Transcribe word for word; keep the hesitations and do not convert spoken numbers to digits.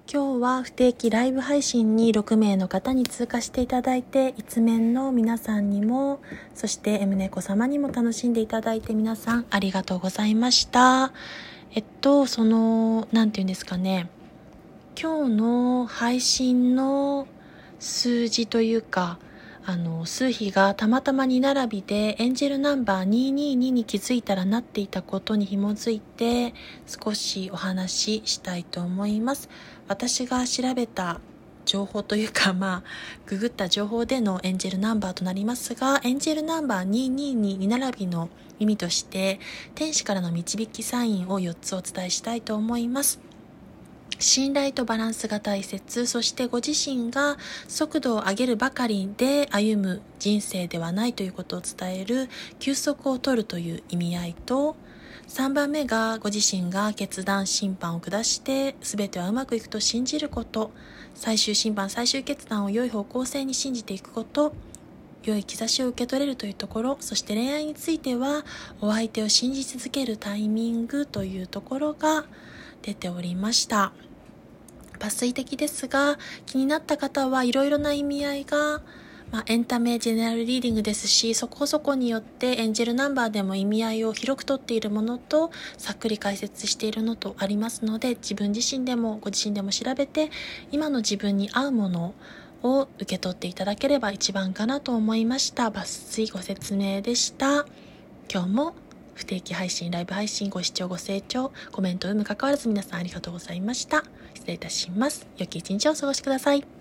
今日は不定期ライブ配信にろくめいの方に通過していただいて、一面の皆さんにも、そしてエムネコ様にも楽しんでいただいて、皆さんありがとうございました。えっとそのなんていうんですかね、今日の配信の数字というか、あの数比がたまたまに並びでエンジェルナンバーにひゃくにじゅうにに気づいたらなっていたことに紐づいて少しお話ししたいと思います。私が調べた情報というか、まあググった情報でのエンジェルナンバーとなりますが、エンジェルナンバーにひゃくにじゅうにに並びの意味として天使からの導きサインをよっつお伝えしたいと思います。信頼とバランスが大切、そしてご自身が速度を上げるばかりで歩む人生ではないということを伝える休息を取るという意味合いと、さんばんめがご自身が決断審判を下して全てはうまくいくと信じること、最終審判最終決断を良い方向性に信じていくこと、良い兆しを受け取れるというところ、そして恋愛についてはお相手を信じ続けるタイミングというところが出ておりました。抜粋的ですが、気になった方はいろいろな意味合いが、まあ、エンタメジェネラルリーディングですし、そこそこによってエンジェルナンバーでも意味合いを広くとっているものとさっくり解説しているのとありますので、自分自身でもご自身でも調べて今の自分に合うものを受け取っていただければ一番かなと思いました。抜粋ご説明でした。今日も不定期配信、ライブ配信ご視聴ご清聴、コメント有無関わらず皆さんありがとうございました。失礼いたします。良き一日をお過ごしください。